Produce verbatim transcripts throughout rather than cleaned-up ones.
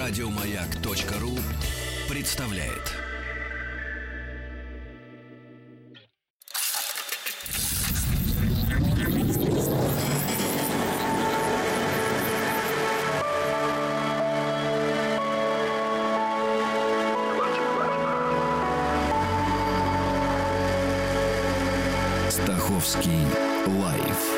Радиомаяк.ру представляет. Стаховский лайф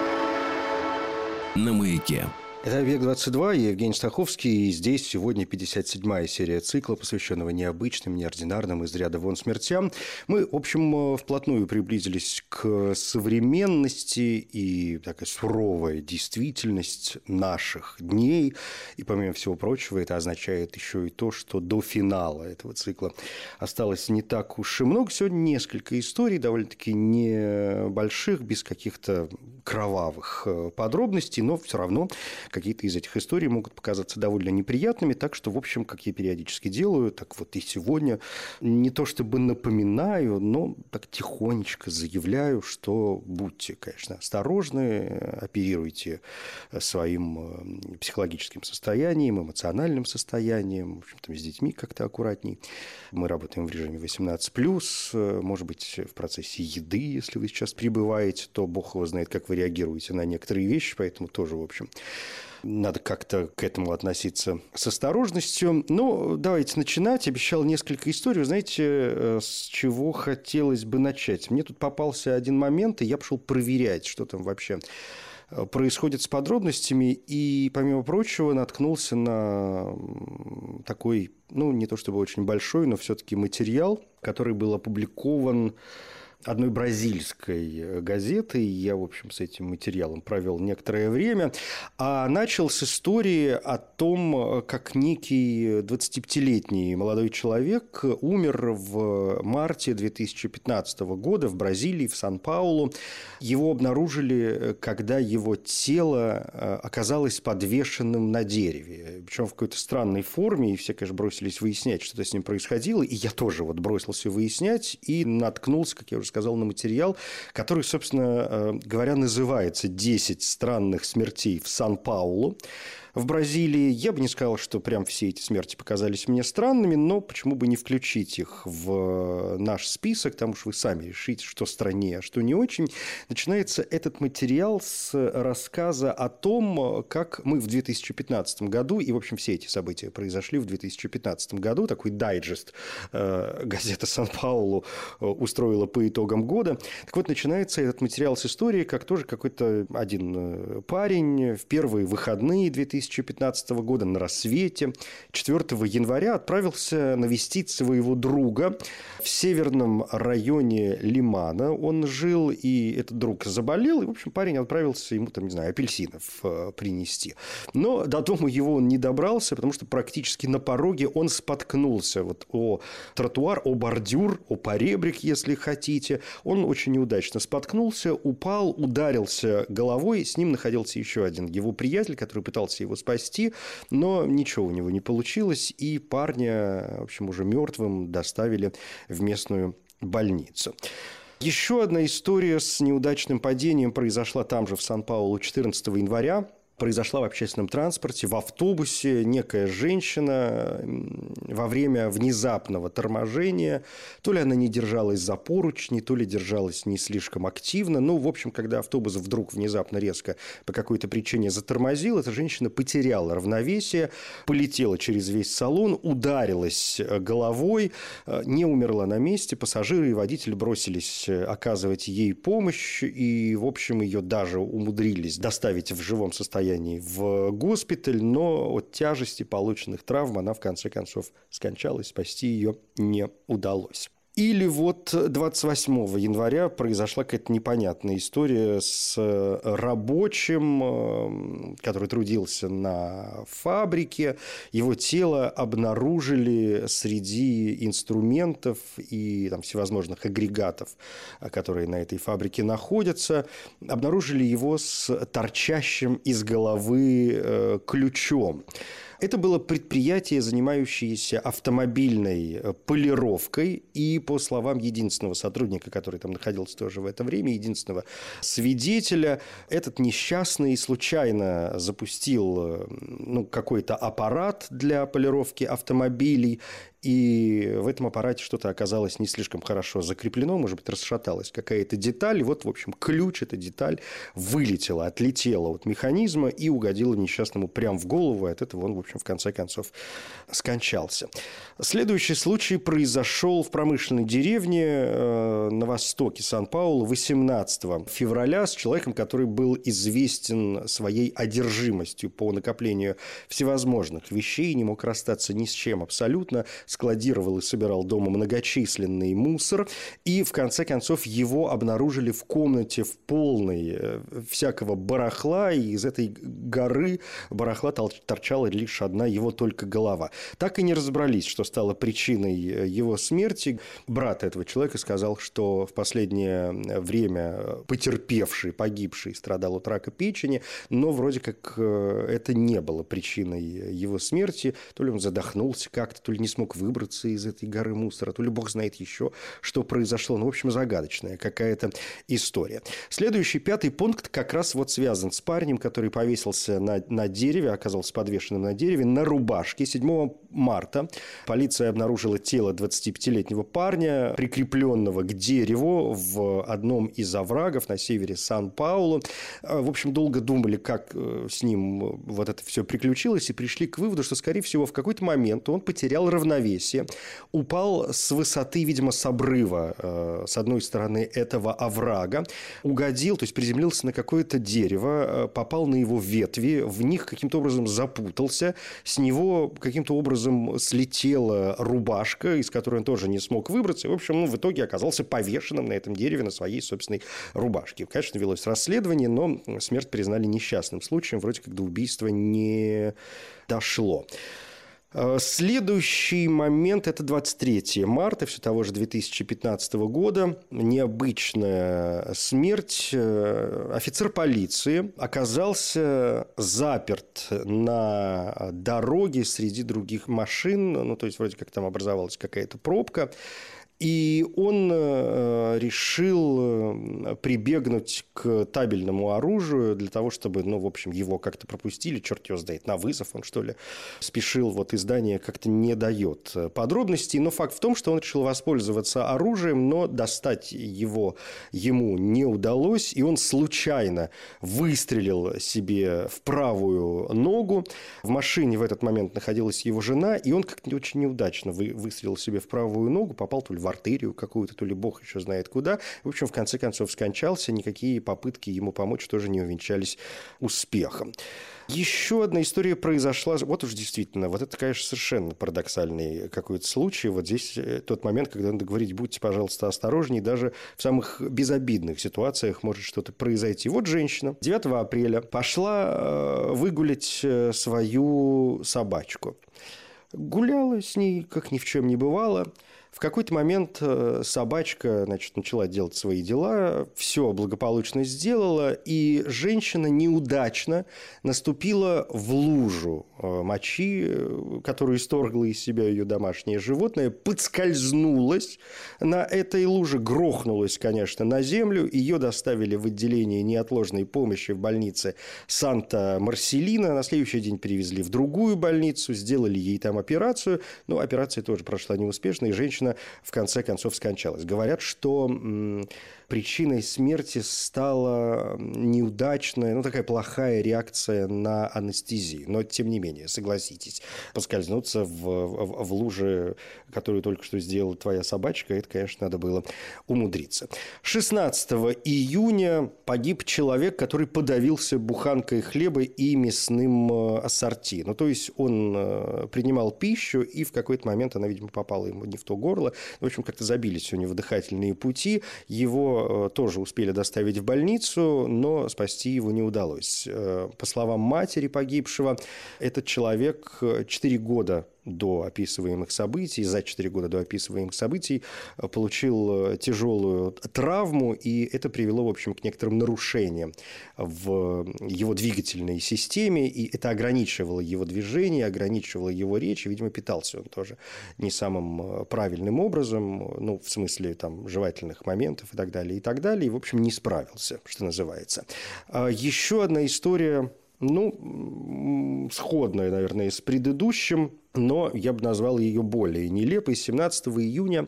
на Маяке. Это «Век-двадцать два», я Евгений Стаховский, и здесь сегодня пятьдесят седьмая серия цикла, посвященного необычным, неординарным, из ряда вон смертям. Мы, в общем, вплотную приблизились к современности и такая суровая действительность наших дней. И, помимо всего прочего, это означает еще и то, что до финала этого цикла осталось не так уж и много. Сегодня несколько историй, довольно-таки небольших, без каких-то кровавых подробностей, но все равно какие-то из этих историй могут показаться довольно неприятными, так что, в общем, как я периодически делаю, так вот и сегодня, не то чтобы напоминаю, но так тихонечко заявляю, что будьте, конечно, осторожны, оперируйте своим психологическим состоянием, эмоциональным состоянием, в общем-то, с детьми как-то аккуратней. Мы работаем в режиме восемнадцать плюс, может быть, в процессе еды, если вы сейчас пребываете, то бог его знает, как вы реагируете на некоторые вещи, поэтому тоже, в общем, надо как-то к этому относиться с осторожностью. Ну, давайте начинать. Обещал несколько историй. Знаете, с чего хотелось бы начать? Мне тут попался один момент, и я пошел проверять, что там вообще происходит с подробностями. И, помимо прочего, наткнулся на такой, ну, не то чтобы очень большой, но все-таки материал, который был опубликован одной бразильской газеты. Я, в общем, с этим материалом провел некоторое время. А начал с истории о том, как некий двадцатипятилетний молодой человек умер в марте две тысячи пятнадцатого года в Бразилии, в Сан-Паулу. Его обнаружили, когда его тело оказалось подвешенным на дереве. Причем в какой-то странной форме. И все, конечно, бросились выяснять, что с ним происходило. И я тоже вот бросился выяснять и наткнулся, как я уже сказал, на материал, который, собственно говоря, называется «десять странных смертей в Сан-Паулу». В Бразилии я бы не сказал, что прям все эти смерти показались мне странными, но почему бы не включить их в наш список, потому что вы сами решите, что страннее, а что не очень. Начинается этот материал с рассказа о том, как мы в две тысячи пятнадцатом году, и, в общем, все эти события произошли в две тысячи пятнадцатом году, такой дайджест э, газета «Сан-Паулу» устроила по итогам года. Так вот, начинается этот материал с истории, как тоже какой-то один парень в первые выходные две тысячи пятнадцатого года на рассвете четвёртого января отправился навестить своего друга в северном районе Лимана. Он жил, и этот друг заболел, и, в общем, парень отправился ему, там, не знаю, апельсинов принести. Но до дома его он не добрался, потому что практически на пороге он споткнулся вот о тротуар, о бордюр, о поребрик, если хотите. Он очень неудачно споткнулся, упал, ударился головой. С ним находился еще один его приятель, который пытался его спасти, но ничего у него не получилось, и парня, в общем, уже мертвым доставили в местную больницу. Еще одна история с неудачным падением произошла там же, в Сан-Паулу, четырнадцатого января. Произошла в общественном транспорте, в автобусе. Некая женщина во время внезапного торможения, то ли она не держалась за поручни, то ли держалась не слишком активно. Ну, в общем, когда автобус вдруг внезапно резко по какой-то причине затормозил, эта женщина потеряла равновесие, полетела через весь салон, ударилась головой, не умерла на месте. Пассажиры и водитель бросились оказывать ей помощь, и, в общем, ее даже умудрились доставить в живом состоянии в госпиталь, но от тяжести полученных травм она в конце концов скончалась, спасти ее не удалось. Или вот двадцать восьмого января произошла какая-то непонятная история с рабочим, который трудился на фабрике. Его тело обнаружили среди инструментов и там, всевозможных агрегатов, которые на этой фабрике находятся. Обнаружили его с торчащим из головы ключом. Это было предприятие, занимающееся автомобильной полировкой. И, по словам единственного сотрудника, который там находился тоже в это время, единственного свидетеля, этот несчастный случайно запустил ну, какой-то аппарат для полировки автомобилей. И в этом аппарате что-то оказалось не слишком хорошо закреплено, может быть, расшаталась какая-то деталь. И вот, в общем, ключ, эта деталь вылетела, отлетела от механизма и угодила несчастному прямо в голову. И от этого он, в общем, в конце концов скончался. Следующий случай произошел в промышленной деревне э, на востоке Сан-Паулу восемнадцатого февраля с человеком, который был известен своей одержимостью по накоплению всевозможных вещей, не мог расстаться ни с чем абсолютно, складировал и собирал дома многочисленный мусор, и в конце концов его обнаружили в комнате в полной всякого барахла, и из этой горы барахла торчала лишь одна его только голова. Так и не разобрались, что стало причиной его смерти. Брат этого человека сказал, что в последнее время потерпевший, погибший, страдал от рака печени, но вроде как это не было причиной его смерти. То ли он задохнулся как-то, то ли не смог выбраться из этой горы мусора, то ли бог знает еще, что произошло. Ну, в общем, загадочная какая-то история. Следующий, пятый пункт как раз вот связан с парнем, который повесился на, на дереве, оказался подвешенным на дереве, на рубашке. седьмого марта полиция обнаружила тело двадцатипятилетнего парня, прикрепленного к дереву в одном из оврагов на севере Сан-Паулу. В общем, долго думали, как с ним вот это все приключилось, и пришли к выводу, что, скорее всего, в какой-то момент он потерял равновесие, упал с высоты, видимо, с обрыва, э, с одной стороны этого оврага, угодил, то есть приземлился на какое-то дерево, э, попал на его ветви, в них каким-то образом запутался, с него каким-то образом слетела рубашка, из которой он тоже не смог выбраться, и, в общем, ну, в итоге оказался повешенным на этом дереве на своей собственной рубашке. Конечно, велось расследование, но смерть признали несчастным случаем, вроде как до убийства не дошло. Следующий момент – это двадцать третьего марта, все того же две тысячи пятнадцатого года. Необычная смерть. Офицер полиции оказался заперт на дороге среди других машин. Ну, то есть, вроде как там образовалась какая-то пробка. И он решил прибегнуть к табельному оружию для того, чтобы, ну, в общем, его как-то пропустили. Черт его знает, на вызов он, что ли, спешил. Вот издание как-то не дает подробностей. Но факт в том, что он решил воспользоваться оружием, но достать его ему не удалось. И он случайно выстрелил себе в правую ногу. В машине в этот момент находилась его жена, и он как-то очень неудачно выстрелил себе в правую ногу, попал то ли в артерию какую-то, то ли бог еще знает куда. В общем, в конце концов скончался. Никакие попытки ему помочь тоже не увенчались успехом. Еще одна история произошла. Вот уж действительно, вот это, конечно, совершенно парадоксальный какой-то случай. Вот здесь тот момент, когда надо говорить: будьте, пожалуйста, осторожнее. Даже в самых безобидных ситуациях может что-то произойти. Вот женщина девятого апреля пошла выгулять свою собачку. Гуляла с ней, как ни в чем не бывало. В какой-то момент собачка, значит, начала делать свои дела, все благополучно сделала, и женщина неудачно наступила в лужу мочи, которую исторгло из себя ее домашнее животное, подскользнулась на этой луже, грохнулась, конечно, на землю. Ее доставили в отделение неотложной помощи в больнице Санта-Марселина. На следующий день перевезли в другую больницу, сделали ей там операцию. Но операция тоже прошла неуспешно, и женщина в конце концов скончалась. Говорят, что м- причиной смерти стала неудачная, ну, такая плохая реакция на анестезию. Но, тем не менее, согласитесь, поскользнуться в, в, в луже, которую только что сделала твоя собачка, это, конечно, надо было умудриться. шестнадцатого июня погиб человек, который подавился буханкой хлеба и мясным ассорти. Ну, то есть, он принимал пищу, и в какой-то момент она, видимо, попала ему не в то горло. В общем, как-то забились у него дыхательные пути. Его тоже успели доставить в больницу, но спасти его не удалось. По словам матери погибшего, этот человек четыре года до описываемых событий, за четыре года до описываемых событий получил тяжелую травму, и это привело, в общем, к некоторым нарушениям в его двигательной системе, и это ограничивало его движение, ограничивало его речь, и, видимо, питался он тоже не самым правильным образом, ну, в смысле, там, жевательных моментов и так далее, и так далее, и, в общем, не справился, что называется. Еще одна история, ну, сходная, наверное, с предыдущим, но я бы назвал ее более нелепой. семнадцатого июня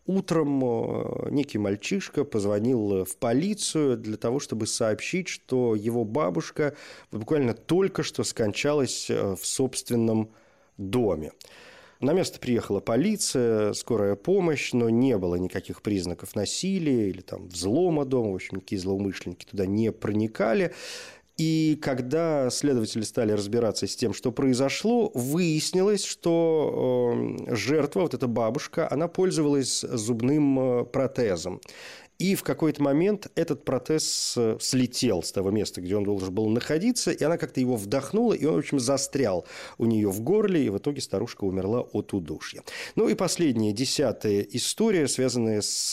утром некий мальчишка позвонил в полицию для того, чтобы сообщить, что его бабушка буквально только что скончалась в собственном доме. На место приехала полиция, скорая помощь, но не было никаких признаков насилия или там взлома дома. В общем, никакие злоумышленники туда не проникали. И когда следователи стали разбираться с тем, что произошло, выяснилось, что э, жертва, вот эта бабушка, она пользовалась зубным протезом. И в какой-то момент этот протез слетел с того места, где он должен был находиться, и она как-то его вдохнула, и он, в общем, застрял у нее в горле, и в итоге старушка умерла от удушья. Ну и последняя, десятая история, связанная с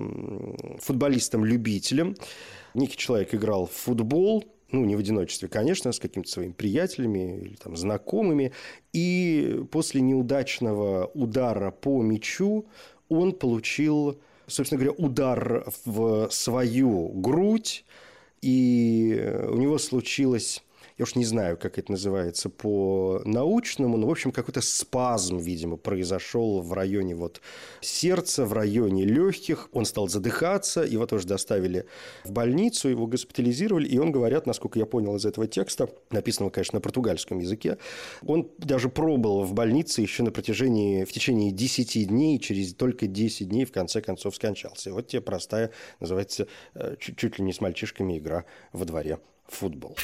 футболистом-любителем. Некий человек играл в футбол, ну, не в одиночестве, конечно, с какими-то своими приятелями или там знакомыми, и после неудачного удара по мячу он получил, собственно говоря, удар в свою грудь, и у него случилось, я уж не знаю, как это называется по-научному, но, в общем, какой-то спазм, видимо, произошел в районе вот сердца, в районе легких. Он стал задыхаться, его тоже доставили в больницу, его госпитализировали, и он, говорят, насколько я понял из этого текста, написанного, конечно, на португальском языке, он даже пробыл в больнице еще на протяжении, в течение десяти дней, и через только десять дней в конце концов скончался. Вот тебе простая, называется, чуть, чуть ли не с мальчишками игра во дворе в футбол.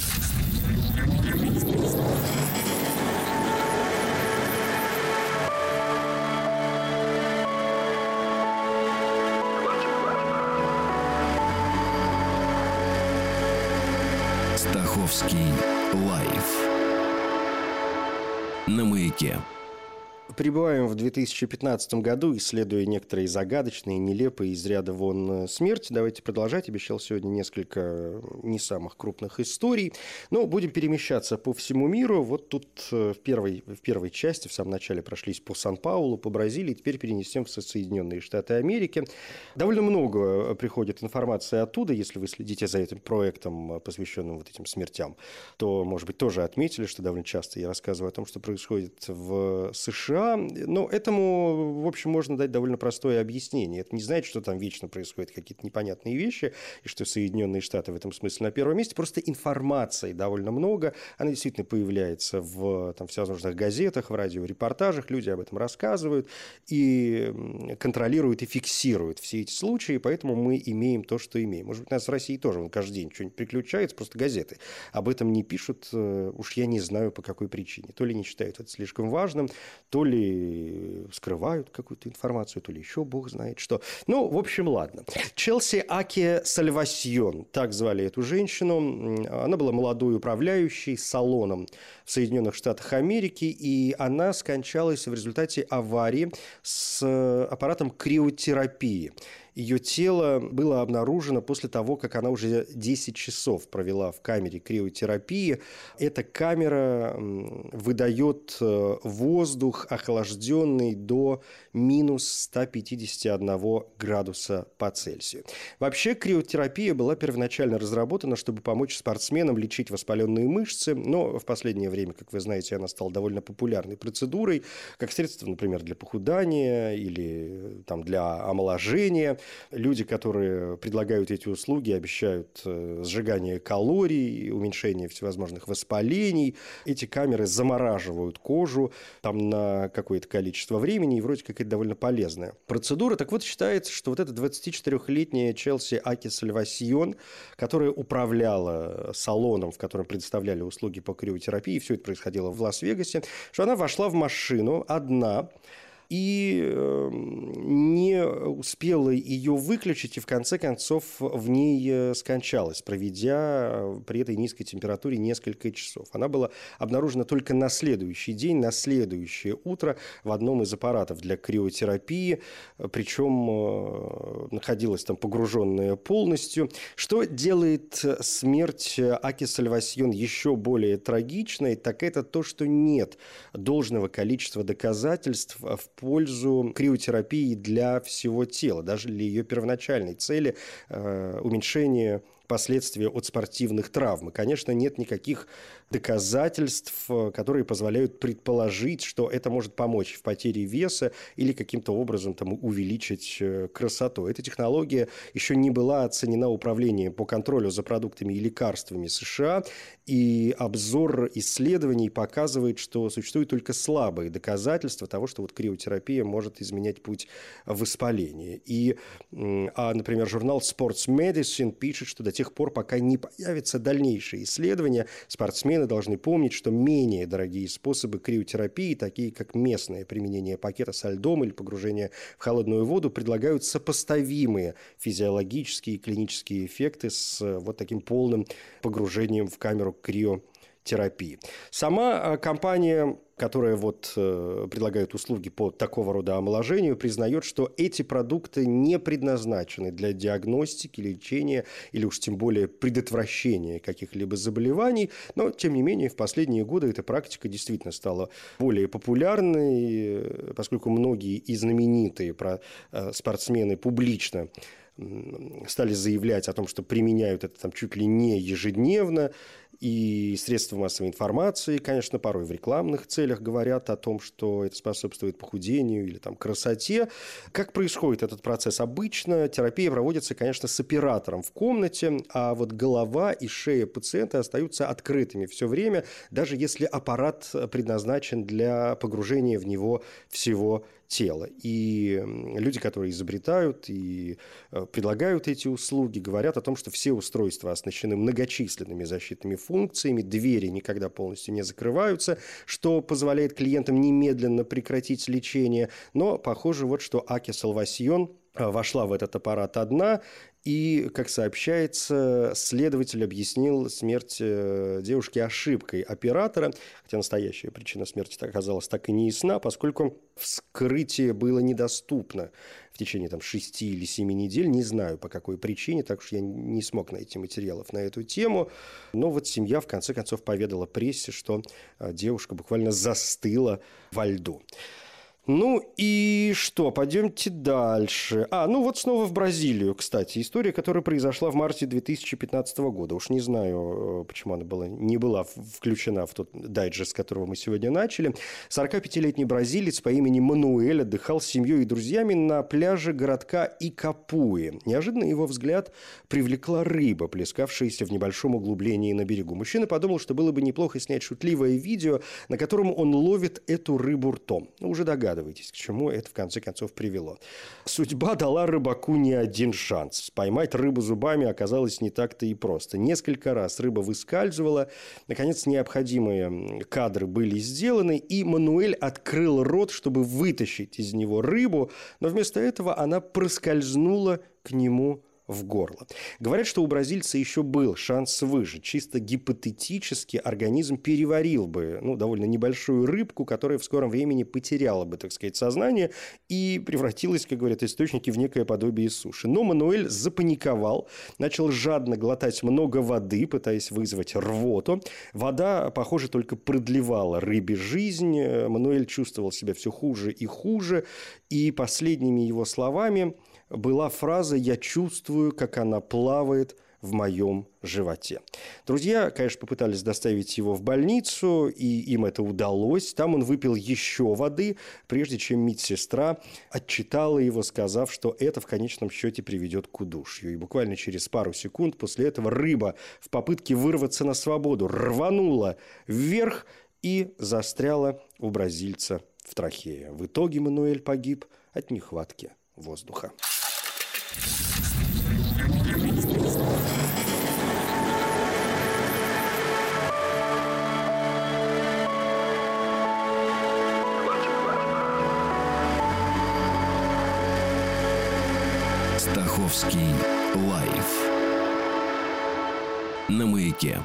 Стаховский лайф на Маяке. Прибываем в две тысячи пятнадцатом году, исследуя некоторые загадочные, нелепые, из ряда вон смерти. Давайте продолжать. Обещал сегодня несколько не самых крупных историй. Но будем перемещаться по всему миру. Вот тут в первой, в первой части, в самом начале, прошлись по Сан-Паулу, по Бразилии. Теперь перенесем в Соединенные Штаты Америки. Довольно много приходит информации оттуда. Если вы следите за этим проектом, посвященным вот этим смертям, то, может быть, тоже отметили, что довольно часто я рассказываю о том, что происходит в США. Но этому, в общем, можно дать довольно простое объяснение. Это не значит, что там вечно происходят какие-то непонятные вещи, и что Соединенные Штаты в этом смысле на первом месте. Просто информации довольно много. Она действительно появляется в там, всевозможных газетах, в радиорепортажах. Люди об этом рассказывают и контролируют и фиксируют все эти случаи. Поэтому мы имеем то, что имеем. Может быть, у нас в России тоже вон, каждый день что-нибудь приключается, просто газеты об этом не пишут. Уж я не знаю, по какой причине. То ли не считают это слишком важным, то ли скрывают какую-то информацию, то ли еще бог знает что. Ну, в общем, ладно. Челси Аки Сальвасьон, так звали эту женщину. Она была молодой управляющей салоном в Соединенных Штатах Америки, и она скончалась в результате аварии с аппаратом криотерапии. Ее тело было обнаружено после того, как она уже десять часов провела в камере криотерапии. Эта камера выдает воздух, охлажденный до минус ста пятидесяти одного градуса по Цельсию. Вообще, криотерапия была первоначально разработана, чтобы помочь спортсменам лечить воспаленные мышцы, но в последнее время, как вы знаете, она стала довольно популярной процедурой, как средство, например, для похудания или там, для омоложения. Люди, которые предлагают эти услуги, обещают сжигание калорий, уменьшение всевозможных воспалений. Эти камеры замораживают кожу там, на какое-то количество времени, и вроде как это довольно полезная процедура. Так вот, считается, что вот эта двадцатичетырёхлетняя Челси Аки Сальвасьон, которая управляла салоном, в котором предоставляли услуги по криотерапии, все это происходило в Лас-Вегасе, что она вошла в машину одна, и не успела ее выключить, и в конце концов в ней скончалась, проведя при этой низкой температуре несколько часов. Она была обнаружена только на следующий день, на следующее утро в одном из аппаратов для криотерапии, причем находилась там погруженная полностью. Что делает смерть Аки Сальвасьон еще более трагичной, так это то, что нет должного количества доказательств в пользу криотерапии для всего тела, даже для ее первоначальной цели э, уменьшения последствия от спортивных травм. И, конечно, нет никаких доказательств, которые позволяют предположить, что это может помочь в потере веса или каким-то образом там, увеличить красоту. Эта технология еще не была оценена Управлением по контролю за продуктами и лекарствами США, и обзор исследований показывает, что существуют только слабые доказательства того, что вот криотерапия может изменять путь воспаления. И, а, например, журнал Sports Medicine пишет, что до тех пор, пока не появятся дальнейшие исследования, спортсмены должны помнить, что менее дорогие способы криотерапии, такие как местное применение пакета со льдом или погружение в холодную воду, предлагают сопоставимые физиологические и клинические эффекты с вот таким полным погружением в камеру криотерапии. Сама компания, которая вот, э, предлагает услуги по такого рода омоложению, признает, что эти продукты не предназначены для диагностики, лечения или уж тем более предотвращения каких-либо заболеваний. Но, тем не менее, в последние годы эта практика действительно стала более популярной, поскольку многие и знаменитые про, э, спортсмены публично стали заявлять о том, что применяют это там чуть ли не ежедневно, и средства массовой информации, конечно, порой в рекламных целях говорят о том, что это способствует похудению или там, красоте. Как происходит этот процесс? Обычно терапия проводится, конечно, с оператором в комнате, а вот голова и шея пациента остаются открытыми все время, даже если аппарат предназначен для погружения в него всего тела. И люди, которые изобретают и предлагают эти услуги, говорят о том, что все устройства оснащены многочисленными защитными функциями, двери никогда полностью не закрываются, что позволяет клиентам немедленно прекратить лечение. Но похоже, вот что Аки Сальвасьон вошла в этот аппарат одна, и, как сообщается, следователь объяснил смерть девушки ошибкой оператора, хотя настоящая причина смерти оказалась так и не ясна, поскольку вскрытие было недоступно в течение там, шести или семи недель, не знаю по какой причине, так что я не смог найти материалов на эту тему, но вот семья в конце концов поведала прессе, что девушка буквально застыла во льду. Ну и что, пойдемте дальше. А, ну вот снова в Бразилию, кстати. История, которая произошла в марте две тысячи пятнадцатого года. Уж не знаю, почему она была, не была включена в тот дайджест, с которого мы сегодня начали. сорокапятилетний бразилец по имени Мануэль отдыхал с семьей и друзьями на пляже городка Икапуи. Неожиданно его взгляд привлекла рыба, плескавшаяся в небольшом углублении на берегу. Мужчина подумал, что было бы неплохо снять шутливое видео, на котором он ловит эту рыбу ртом. Уже догадываюсь. К чему это в конце концов привело. Судьба дала рыбаку не один шанс. Поймать рыбу зубами оказалось не так-то и просто. Несколько раз рыба выскальзывала. Наконец, необходимые кадры были сделаны, и Мануэль открыл рот, чтобы вытащить из него рыбу, но вместо этого она проскользнула к нему в горло. Говорят, что у бразильца еще был шанс выжить. Чисто гипотетически организм переварил бы ну, довольно небольшую рыбку, которая в скором времени потеряла бы, так сказать, сознание и превратилась, как говорят источники, в некое подобие суши. Но Мануэль запаниковал, начал жадно глотать много воды, пытаясь вызвать рвоту. Вода, похоже, только продлевала рыбе жизнь. Мануэль чувствовал себя все хуже и хуже. И последними его словами была фраза «Я чувствую, как она плавает в моем животе». Друзья, конечно, попытались доставить его в больницу, и им это удалось. Там он выпил еще воды, прежде чем медсестра отчитала его, сказав, что это в конечном счете приведет к удушью. И буквально через пару секунд после этого рыба в попытке вырваться на свободу рванула вверх и застряла у бразильца в трахее. В итоге Мануэль погиб от нехватки воздуха. Стаховский лайф на Маяке.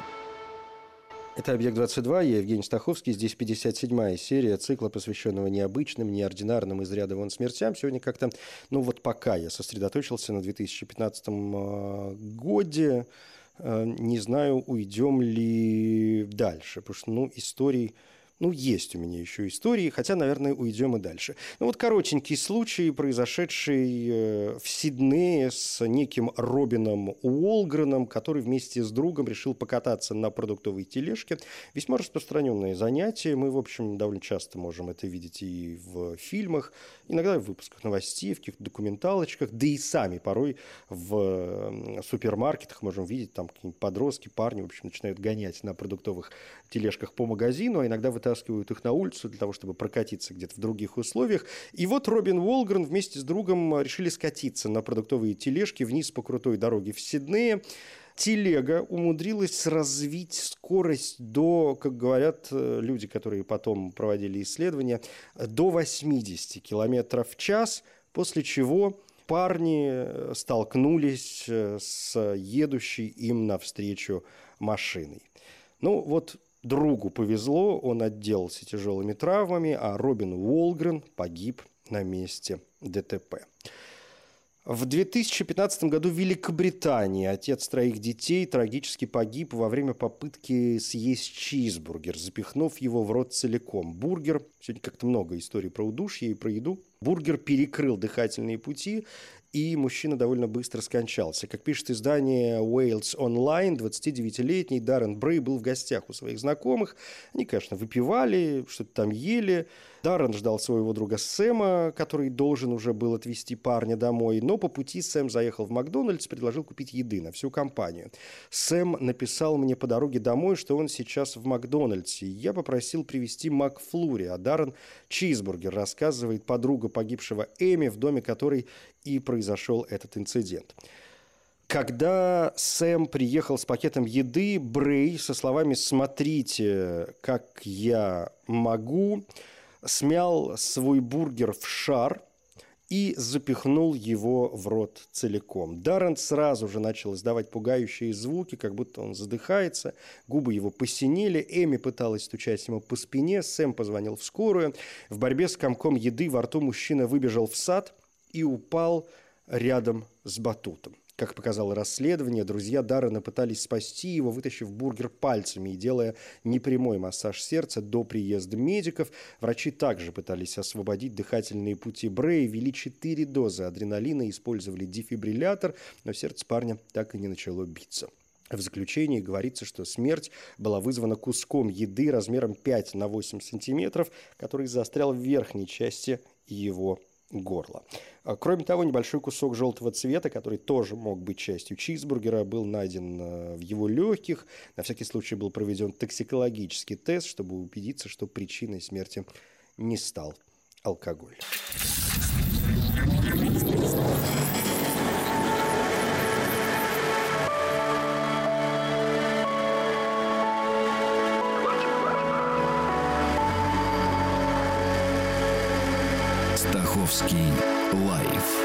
Это «Объект-двадцать два», я Евгений Стаховский. Здесь пятьдесят седьмая серия цикла, посвященного необычным, неординарным, из ряда вон смертям. Сегодня как-то, ну вот пока я сосредоточился на две тысячи пятнадцатом годе, не знаю, уйдем ли дальше, потому что, ну, историй... Ну, есть у меня еще истории, хотя, наверное, уйдем и дальше. Ну, вот коротенький случай, произошедший в Сиднее с неким Робином Уолгреном, который вместе с другом решил покататься на продуктовой тележке. Весьма распространенное занятие. Мы, в общем, довольно часто можем это видеть и в фильмах, иногда в выпусках новостей, в каких-то документалочках, да и сами порой в супермаркетах можем видеть, там какие-нибудь подростки, парни, в общем, начинают гонять на продуктовых тележках по магазину, а иногда вытаскивают их на улицу для того, чтобы прокатиться где-то в других условиях. И вот Робин Уолгрен вместе с другом решили скатиться на продуктовые тележки вниз по крутой дороге в Сиднее. Телега умудрилась развить скорость до, как говорят люди, которые потом проводили исследования, до восемьдесят километров в час, после чего парни столкнулись с едущей им навстречу машиной. Ну вот другу повезло, он отделался тяжелыми травмами, а Робин Уолгрен погиб на месте ДТП. В две тысячи пятнадцатом году в Великобритании отец троих детей трагически погиб во время попытки съесть чизбургер, запихнув его в рот целиком. Бургер, сегодня как-то много историй про удушье и про еду, бургер перекрыл дыхательные пути, и мужчина довольно быстро скончался. Как пишет издание Wales Online, двадцатидевятилетний Даррен Брей был в гостях у своих знакомых. Они, конечно, выпивали, что-то там ели. Даррен ждал своего друга Сэма, который должен уже был отвезти парня домой. Но по пути Сэм заехал в Макдональдс, предложил купить еды на всю компанию. Сэм написал мне по дороге домой, что он сейчас в Макдональдсе. Я попросил привезти Макфлури, а Даррен чизбургер, рассказывает подруга погибшего Эми, в доме которой и произошел этот инцидент. Когда Сэм приехал с пакетом еды, Брей со словами «смотрите, как я могу», смял свой бургер в шар и запихнул его в рот целиком. Даррен сразу же начал издавать пугающие звуки, как будто он задыхается, губы его посинели, Эми пыталась стучать ему по спине, Сэм позвонил в скорую. В борьбе с комком еды во рту мужчина выбежал в сад и упал рядом с батутом. Как показало расследование, друзья Даррена пытались спасти его, вытащив бургер пальцами и делая непрямой массаж сердца до приезда медиков. Врачи также пытались освободить дыхательные пути Брэя, ввели четыре дозы адреналина, использовали дефибриллятор, но сердце парня так и не начало биться. В заключении говорится, что смерть была вызвана куском еды размером пять на восемь сантиметров, который застрял в верхней части его горла. Кроме того, небольшой кусок желтого цвета, который тоже мог быть частью чизбургера, был найден в его легких. На всякий случай был проведен токсикологический тест, чтобы убедиться, что причиной смерти не стал алкоголь. Стаховский лайф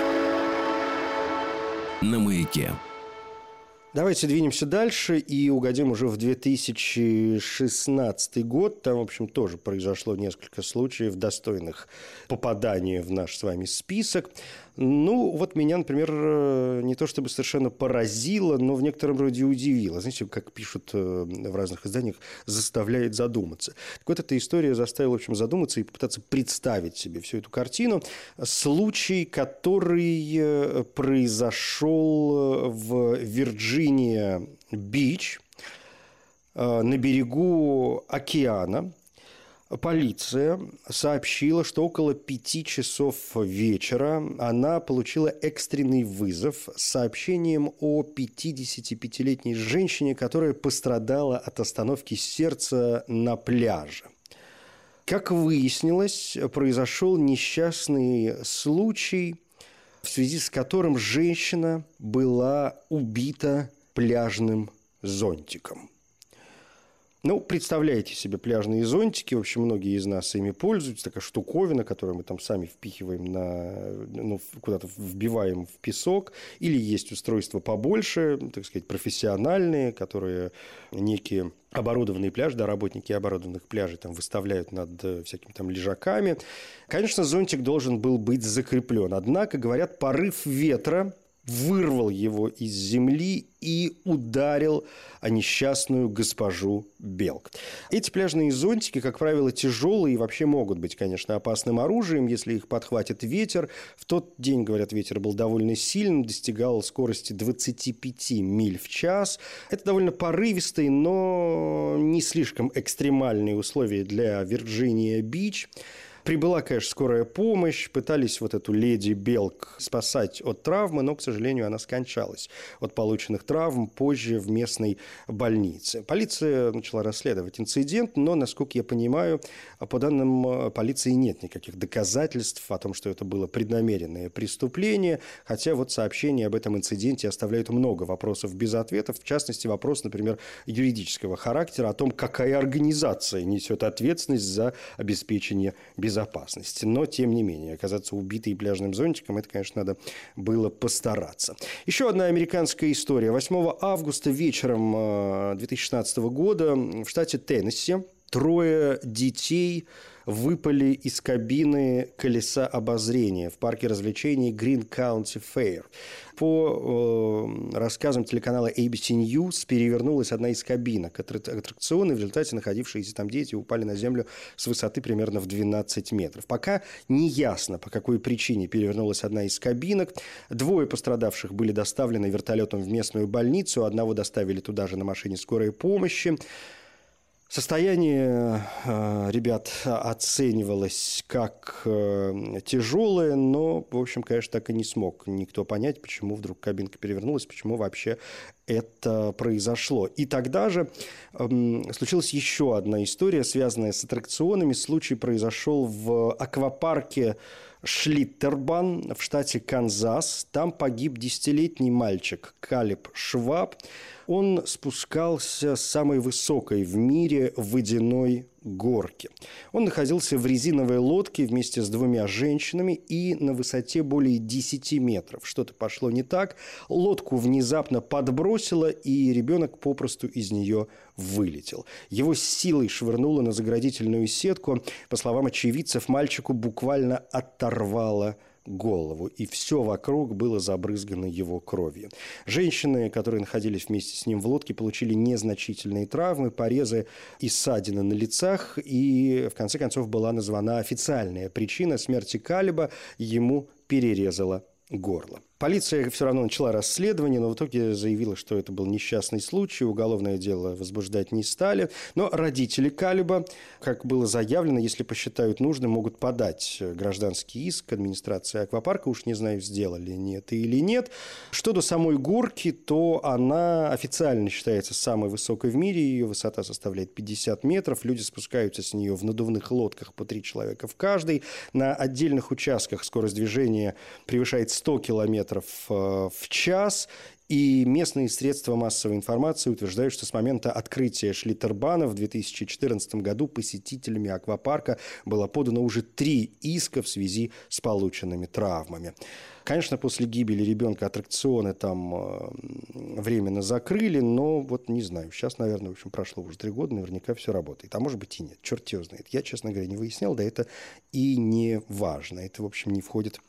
на Маяке. Давайте двинемся дальше и угодим уже в две тысячи шестнадцатый год. Там, в общем, тоже произошло несколько случаев, достойных попадания в наш с вами список. Ну, вот меня, например, не то чтобы совершенно поразило, но в некотором роде удивило. Знаете, как пишут в разных изданиях, заставляет задуматься. Так вот, эта история заставила, в общем, задуматься и попытаться представить себе всю эту картину. Случай, который произошел в Вирджиния-Бич, на берегу океана. Полиция сообщила, что около пяти часов вечера она получила экстренный вызов с сообщением о пятидесятипятилетней женщине, которая пострадала от остановки сердца на пляже. Как выяснилось, произошел несчастный случай, в связи с которым женщина была убита пляжным зонтиком. Ну, представляете себе пляжные зонтики. В общем, многие из нас ими пользуются. Такая штуковина, которую мы там сами впихиваем, на, ну, куда-то вбиваем в песок. Или есть устройства побольше, так сказать, профессиональные, которые некие оборудованные пляжи, да, работники оборудованных пляжей там выставляют над всякими там лежаками. Конечно, зонтик должен был быть закреплен. Однако, говорят, порыв ветра вырвал его из земли и ударил о несчастную госпожу Белк. Эти пляжные зонтики, как правило, тяжелые и вообще могут быть, конечно, опасным оружием, если их подхватит ветер. В тот день, говорят, ветер был довольно сильным, достигал скорости двадцать пять миль в час. Это довольно порывистые, но не слишком экстремальные условия для Вирджиния-Бич. Прибыла, конечно, скорая помощь, пытались вот эту леди Белк спасать от травмы, но, к сожалению, она скончалась от полученных травм позже в местной больнице. Полиция начала расследовать инцидент, но, насколько я понимаю, по данным полиции нет никаких доказательств о том, что это было преднамеренное преступление, хотя вот сообщения об этом инциденте оставляют много вопросов без ответов, в частности, вопрос, например, юридического характера о том, какая организация несет ответственность за обеспечение безопасности. безопасности. Но, тем не менее, оказаться убитой пляжным зонтиком, это, конечно, надо было постараться. Еще одна американская история. восьмого августа вечером две тысячи шестнадцатого года в штате Теннесси трое детей выпали из кабины колеса обозрения в парке развлечений Green County Fair. По э, рассказам телеканала эй би си News перевернулась одна из кабинок аттракциона, и в результате находившиеся там дети упали на землю с высоты примерно в двенадцать метров. Пока не ясно, по какой причине перевернулась одна из кабинок. Двое пострадавших были доставлены вертолетом в местную больницу, одного доставили туда же на машине скорой помощи. Состояние э, ребят оценивалось как э, тяжелое, но, в общем, конечно, так и не смог никто понять, почему вдруг кабинка перевернулась, почему вообще это произошло. И тогда же э, случилась еще одна история, связанная с аттракционами. Случай произошел в аквапарке Шлиттербан в штате Канзас. Там погиб десятилетний мальчик Калеб Шваб. Он спускался с самой высокой в мире водяной горки. Он находился в резиновой лодке вместе с двумя женщинами и на высоте более десяти метров. Что-то пошло не так. Лодку внезапно подбросило, и ребенок попросту из нее вылетел. Его с силой швырнуло на заградительную сетку. По словам очевидцев, мальчику буквально оторвало голову, и все вокруг было забрызгано его кровью. Женщины, которые находились вместе с ним в лодке, получили незначительные травмы, порезы и ссадины на лицах, и в конце концов была названа официальная причина смерти Калеба: ему перерезало горло. Полиция все равно начала расследование, но в итоге заявила, что это был несчастный случай, уголовное дело возбуждать не стали. Но родители Калеба, как было заявлено, если посчитают нужным, могут подать гражданский иск к администрации аквапарка. Уж не знаю, сделали они это или нет. Что до самой горки, то она официально считается самой высокой в мире. Ее высота составляет пятьдесят метров. Люди спускаются с нее в надувных лодках по три человека в каждой. На отдельных участках скорость движения превышает сто километров в час, и местные средства массовой информации утверждают, что с момента открытия Шлиттербана в две тысячи четырнадцатом году посетителями аквапарка было подано уже три иска в связи с полученными травмами. Конечно, после гибели ребенка аттракционы там временно закрыли, но вот не знаю, сейчас, наверное, в общем, прошло уже три года, наверняка все работает. А может быть и нет, черт его знает. Я, честно говоря, не выяснял, да это и не важно. Это, в общем, не входит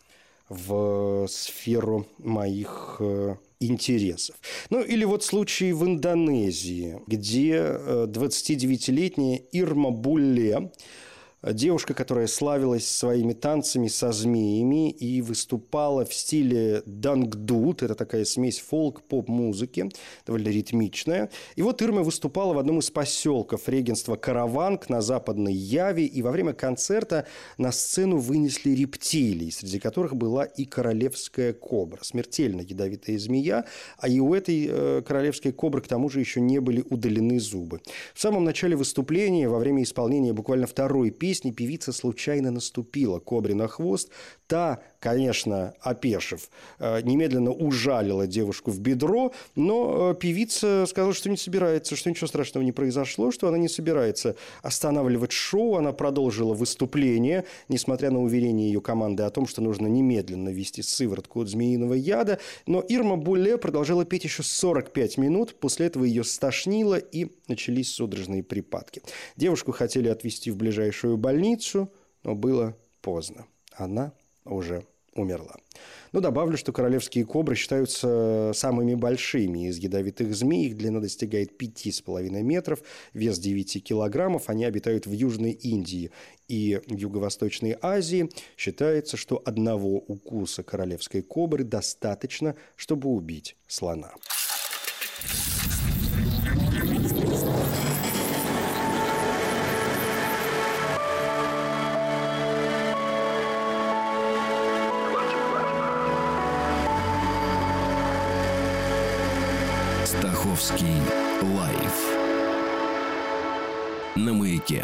в сферу моих э, интересов. Ну, или вот случай в Индонезии, где двадцатидевятилетняя Ирма Булле, девушка, которая славилась своими танцами со змеями и выступала в стиле дангдут. Это такая смесь фолк-поп-музыки, довольно ритмичная. И вот Ирма выступала в одном из поселков регенства Караванг на западной Яве. И во время концерта на сцену вынесли рептилий, среди которых была и королевская кобра. Смертельно ядовитая змея. А и у этой э, королевской кобры, к тому же, еще не были удалены зубы. В самом начале выступления, во время исполнения буквально второй песни, песни певица случайно наступила кобре на хвост. Та, конечно, опешив, немедленно ужалила девушку в бедро, но певица сказала, что не собирается, что ничего страшного не произошло, что она не собирается останавливать шоу. Она продолжила выступление, несмотря на уверение ее команды о том, что нужно немедленно ввести сыворотку от змеиного яда. Но Ирма Булле продолжала петь еще сорок пять минут. После этого ее стошнило и начались судорожные припадки. Девушку хотели отвезти в ближайшую больницу, но было поздно. Она уже умерла. Но добавлю, что королевские кобры считаются самыми большими из ядовитых змей. Их длина достигает пяти с половиной метров, вес девяти килограммов. Они обитают в Южной Индии и в Юго-Восточной Азии. Считается, что одного укуса королевской кобры достаточно, чтобы убить слона. Стаховский лайф на Маяке.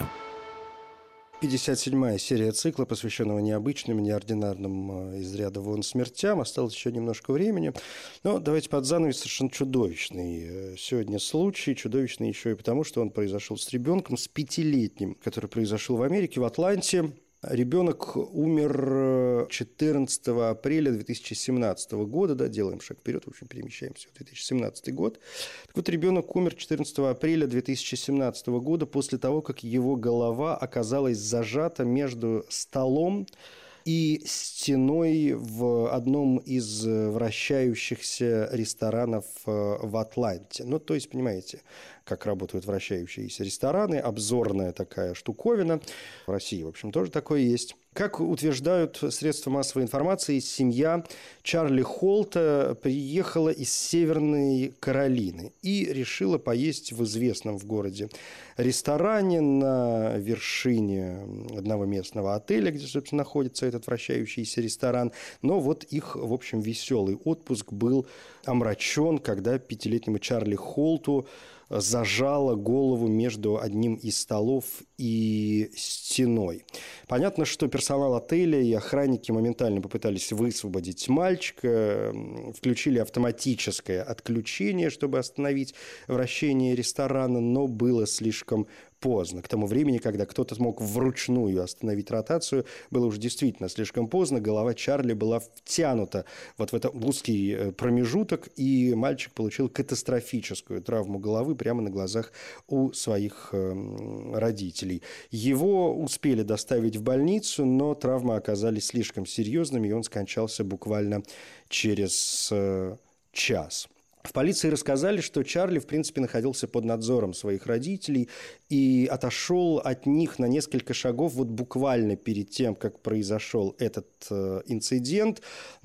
пятьдесят седьмая серия цикла, посвященного необычным, неординарным из ряда вон смертям. Осталось еще немножко времени. Но давайте под занавес совершенно чудовищный сегодня случай. Чудовищный еще и потому, что он произошел с ребенком, с пятилетним, который произошел в Америке, в Атланте. Ребенок умер четырнадцатого апреля две тысячи семнадцатого года. Да, делаем шаг вперед, в общем, перемещаемся в две тысячи семнадцатый год. Так вот, ребенок умер четырнадцатого апреля две тысячи семнадцатого года после того, как его голова оказалась зажата между столом и стеной в одном из вращающихся ресторанов в Атланте. Ну, то есть, понимаете, как работают вращающиеся рестораны, обзорная такая штуковина. В России, в общем, тоже такое есть. Как утверждают средства массовой информации, семья Чарли Холта приехала из Северной Каролины и решила поесть в известном в городе ресторане на вершине одного местного отеля, где, собственно, находится этот вращающийся ресторан. Но вот их, в общем, веселый отпуск был омрачен, когда пятилетнему Чарли Холту зажала голову между одним из столов и стеной. Понятно, что персонал отеля и охранники моментально попытались высвободить мальчика, включили автоматическое отключение, чтобы остановить вращение ресторана, но было слишком поздно. К тому времени, когда кто-то смог вручную остановить ротацию, было уже действительно слишком поздно. Голова Чарли была втянута вот в этот узкий промежуток, и мальчик получил катастрофическую травму головы прямо на глазах у своих родителей. Его успели доставить в больницу, но травмы оказались слишком серьезными, и он скончался буквально через час. В полиции рассказали, что Чарли, в принципе, находился под надзором своих родителей и отошел от них на несколько шагов вот буквально перед тем, как произошел этот э, инцидент.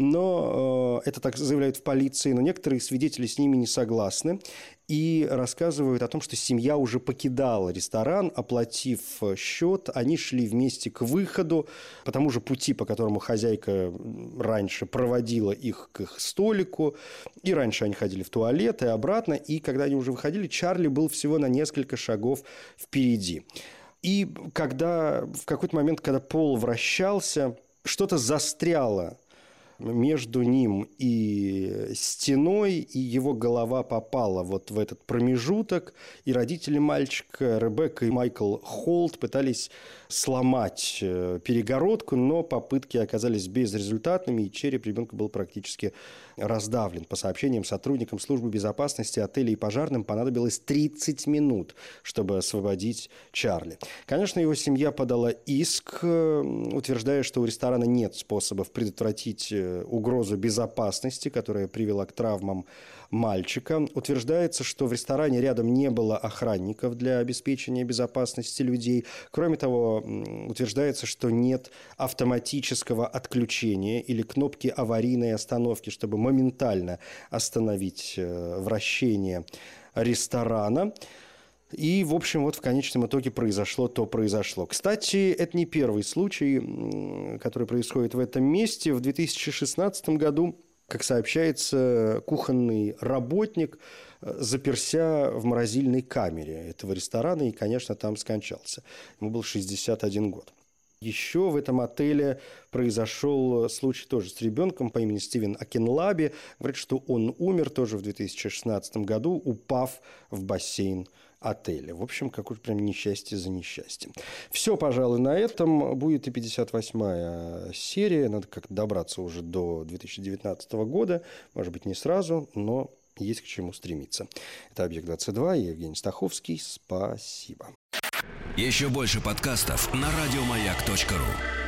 Но э, это так заявляют в полиции, но некоторые свидетели с ними не согласны и рассказывают о том, что семья уже покидала ресторан, оплатив счет. Они шли вместе к выходу по тому же пути, по которому хозяйка раньше проводила их к их столику. И раньше они ходили в туалет и обратно. И когда они уже выходили, Чарли был всего на несколько шагов впереди. И когда в какой-то момент, когда пол вращался, что-то застряло между ним и стеной, и его голова попала вот в этот промежуток, и родители мальчика, Ребекка и Майкл Холт, пытались сломать перегородку, но попытки оказались безрезультатными, и череп ребенка был практически раздавлен. По сообщениям сотрудникам службы безопасности отеля и пожарным понадобилось тридцать минут, чтобы освободить Чарли. Конечно, его семья подала иск, утверждая, что у ресторана нет способов предотвратить угрозу безопасности, которая привела к травмам мальчика. Утверждается, что в ресторане рядом не было охранников для обеспечения безопасности людей. Кроме того, утверждается, что нет автоматического отключения или кнопки аварийной остановки, чтобы моментально остановить вращение ресторана. И, в общем, вот в конечном итоге произошло то произошло. Кстати, это не первый случай, который происходит в этом месте. В две тысячи шестнадцатом году Как сообщается, кухонный работник заперся в морозильной камере этого ресторана и, конечно, там скончался. Ему был шестьдесят один год. Еще в этом отеле произошел случай тоже с ребенком по имени Стивен Акинлаби. Говорит, что он умер тоже в две тысячи шестнадцатом году, упав в бассейн отеля. В общем, какое-то прям несчастье за несчастьем. Все, пожалуй, на этом. Будет и пятьдесят восьмая серия. Надо как-то добраться уже до две тысячи девятнадцатого года. Может быть, не сразу, но есть к чему стремиться. Это «Объект двадцать два», я Евгений Стаховский. Спасибо. Еще больше подкастов на радиомаяк точка ру.